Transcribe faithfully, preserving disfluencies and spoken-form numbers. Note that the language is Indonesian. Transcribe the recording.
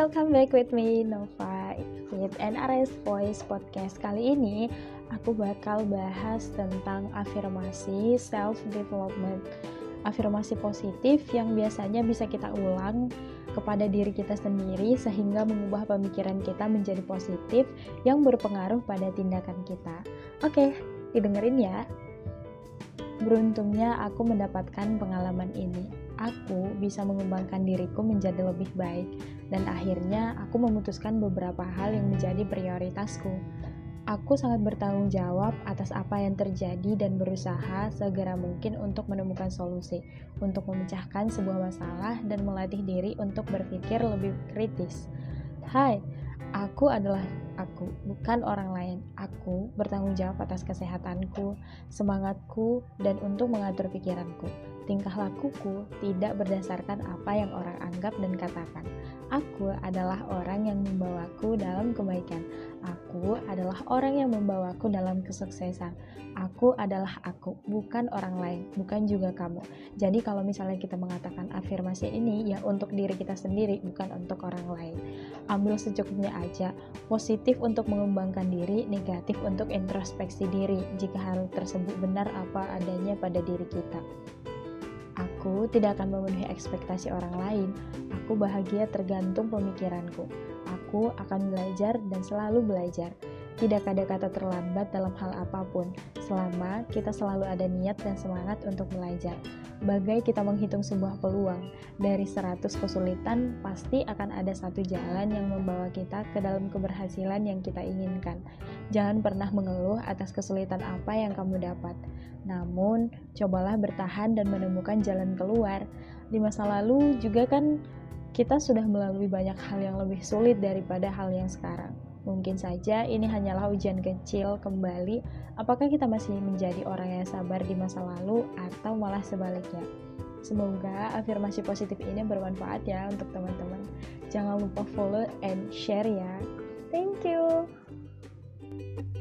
welcome back with me Nova with N R S Voice Podcast. Kali ini aku bakal bahas tentang afirmasi self development. Afirmasi positif yang biasanya bisa kita ulang kepada diri kita sendiri sehingga mengubah pemikiran kita menjadi positif yang berpengaruh pada tindakan kita. Oke, didengerin ya. Beruntungnya aku mendapatkan pengalaman ini. Aku bisa mengembangkan diriku menjadi lebih baik, dan akhirnya aku memutuskan beberapa hal yang menjadi prioritasku. Aku sangat bertanggung jawab atas apa yang terjadi dan berusaha segera mungkin untuk menemukan solusi, untuk memecahkan sebuah masalah dan melatih diri untuk berpikir lebih kritis. Hai, aku adalah aku, bukan orang lain. Aku bertanggung jawab atas kesehatanku, semangatku, dan untuk mengatur pikiranku. Tingkah lakuku tidak berdasarkan apa yang orang anggap dan katakan. Aku adalah orang yang membawaku dalam kebaikan. Aku adalah orang yang membawaku dalam kesuksesan. Aku adalah aku, bukan orang lain, bukan juga kamu. Jadi kalau misalnya kita mengatakan afirmasi ini, ya untuk diri kita sendiri, bukan untuk orang lain. Ambil secukupnya aja, positif untuk mengembangkan diri, negatif untuk introspeksi diri, jika hal tersebut benar apa adanya pada diri kita. Aku tidak akan memenuhi ekspektasi orang lain. Aku bahagia tergantung pemikiranku. Aku akan belajar dan selalu belajar. Tidak ada kata terlambat dalam hal apapun, selama kita selalu ada niat dan semangat untuk belajar. Bagai kita menghitung sebuah peluang, dari seratus kesulitan, pasti akan ada satu jalan yang membawa kita ke dalam keberhasilan yang kita inginkan. Jangan pernah mengeluh atas kesulitan apa yang kamu dapat. Namun, cobalah bertahan dan menemukan jalan keluar. Di masa lalu juga kan kita sudah melalui banyak hal yang lebih sulit daripada hal yang sekarang. Mungkin saja ini hanyalah ujian kecil kembali, apakah kita masih menjadi orang yang sabar di masa lalu atau malah sebaliknya. Semoga afirmasi positif ini bermanfaat ya untuk teman-teman. Jangan lupa follow and share ya. Thank you.